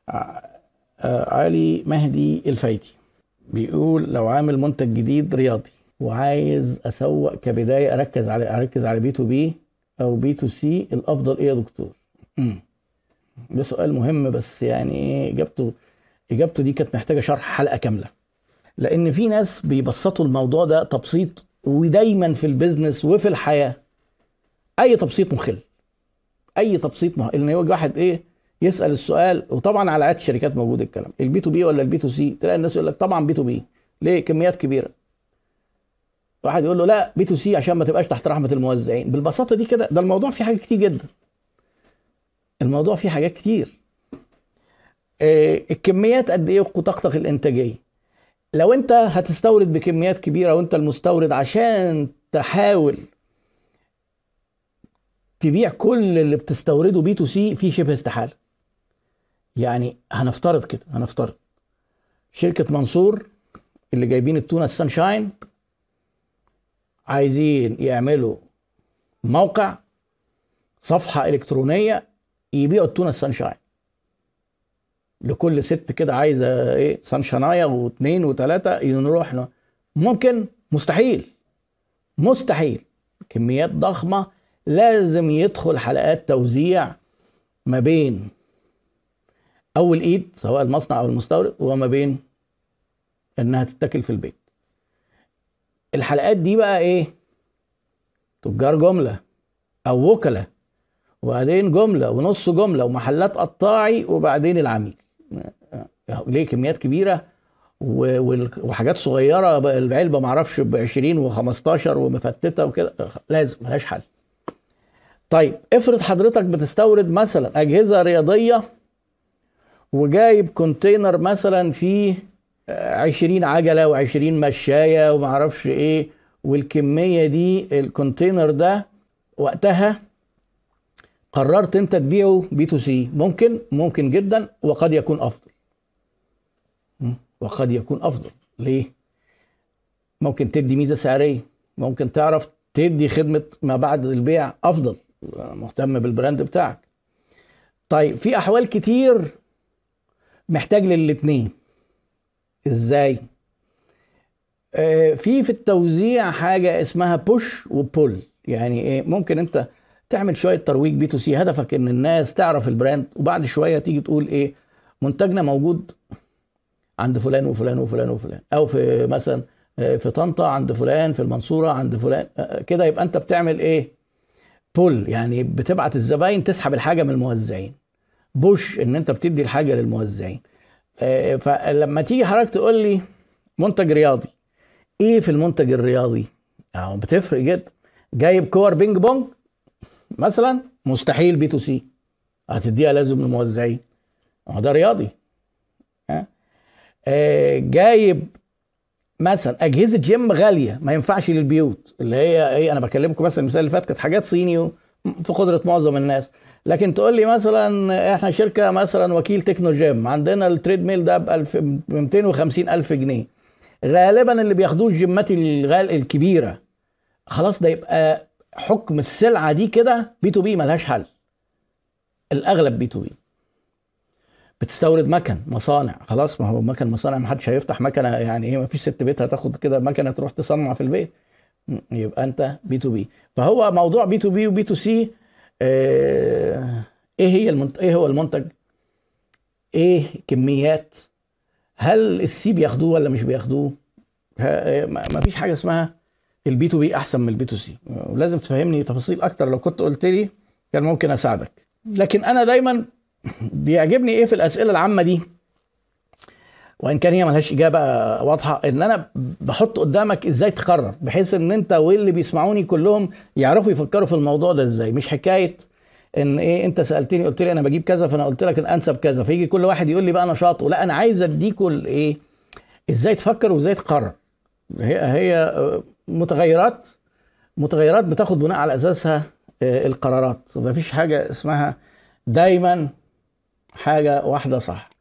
علي مهدي الفايتي بيقول لو عامل منتج جديد رياضي وعايز اسوق كبدايه اركز على بي تو بي او بي تو سي، الافضل ايه يا دكتور؟ ده سؤال مهم، بس يعني ايه اجابته دي كانت محتاجه شرح حلقه كامله، لان في ناس بيبسطوا الموضوع ده تبسيط، ودايما في البيزنس وفي الحياه اي تبسيط مخل. اي تبسيط ان يجي واحد يسال السؤال، وطبعا على عدد الشركات موجود الكلام، البي تو بي ولا البي تو سي؟ تلاقي الناس يقول لك طبعا بي تو بي. ليه؟ كميات كبيره. واحد يقول له لا بي تو سي عشان ما تبقاش تحت رحمه الموزعين. بالبساطه دي كده، ده الموضوع فيه حاجات كتير جدا. الموضوع فيه حاجات كتير. الكميات قد ايه وطاقتك الانتاجيه. لو انت هتستورد بكميات كبيره وانت المستورد، عشان تحاول تبيع كل اللي بتستورده بي تو سي، في شبه استحاله. يعني هنفترض شركه منصور اللي جايبين التونه السانشاين عايزين يعملوا موقع، صفحه الكترونيه يبيعوا التونه السانشاين لكل ست كده عايزه سانشانايه واثنين وثلاثه نروح له. ممكن؟ مستحيل. كميات ضخمه، لازم يدخل حلقات توزيع ما بين اول ايد سواء المصنع او المستورد، وما بين انها تتاكل في البيت. الحلقات دي بقى تجار جمله او وكلاء، وبعدين جمله ونص جمله ومحلات قطاعي، وبعدين العميل. ليه؟ كميات كبيره وحاجات صغيره، العلبه معرفش ب20 و15 ومفتته وكده، لازم ملهاش حل. طيب افرض حضرتك بتستورد مثلا اجهزه رياضيه وجايب كونتينر مثلا فيه 20 عجله و20 مشايه ومعرفش والكميه دي، الكونتينر ده وقتها قررت انت تبيعه بي تو سي، ممكن جدا، وقد يكون افضل. ليه؟ ممكن تدي ميزه سعريه، ممكن تعرف تدي خدمه ما بعد البيع افضل، مهتم بالبراند بتاعك. طيب في احوال كتير محتاج للاتنين. ازاي؟ في التوزيع حاجه اسمها بوش وبول. يعني ممكن انت تعمل شويه ترويج بي تو سي، هدفك ان الناس تعرف البراند، وبعد شويه تيجي تقول منتجنا موجود عند فلان وفلان وفلان وفلان، او في مثلا في طنطا عند فلان، في المنصوره عند فلان كده. يبقى انت بتعمل بول، يعني بتبعت الزباين تسحب الحاجه من الموزعين. بوش ان انت بتدي الحاجه للموزعين. فلما تيجي حضرتك تقول لي منتج رياضي، في المنتج الرياضي بتفرق جدا. جايب كور بينج بونج مثلا، مستحيل بي تو سي، هتديها لازم للموزعين، ده رياضي. جايب مثلا اجهزه جيم غاليه ما ينفعش للبيوت، اللي هي انا بكلمكم مثلا المثال اللي فات كانت حاجات صيني في قدره معظم الناس. لكن تقول لي مثلا احنا شركه مثلا وكيل تكنو جيم، عندنا التريد ميل ده ب 250 الف جنيه، غالبا اللي بياخدوه الجيمات الكبيره. خلاص، ده يبقى حكم السلعه دي كده بي تو بي، ملهاش حل. الاغلب بي تو بي. بتستورد مكن مصانع، خلاص، ما هو مكن مصانع ما حدش هيفتح مكنه، يعني ما فيش ست بيت هتاخد كده مكنه تروح تصنع في البيت. يبقى انت بي تو بي. فهو موضوع بي تو بي وبي تو سي، ايه هو المنتج، كميات، هل السي بياخدوه ولا مش بياخدوه؟ ما فيش حاجه اسمها البي تو بي احسن من البي تو سي. لازم تفهمني تفاصيل اكتر، لو كنت قلت لي كان ممكن اساعدك. لكن انا دايما بيعجبني في الاسئله العامه دي، وان كان هي ملهاش اجابه واضحه، ان انا بحط قدامك ازاي تقرر، بحيث ان انت واللي بيسمعوني كلهم يعرفوا يفكروا في الموضوع ده ازاي. مش حكايه ان انت سالتني قلت لي انا بجيب كذا، فانا قلت لك الانسب كذا، فيجي كل واحد يقول لي بقى نشاطه. لا، انا عايز اديكوا ازاي تفكر وازاي تقرر. هي متغيرات بتاخد بناء على اساسها القرارات. مفيش حاجه اسمها دايما حاجه واحده صح.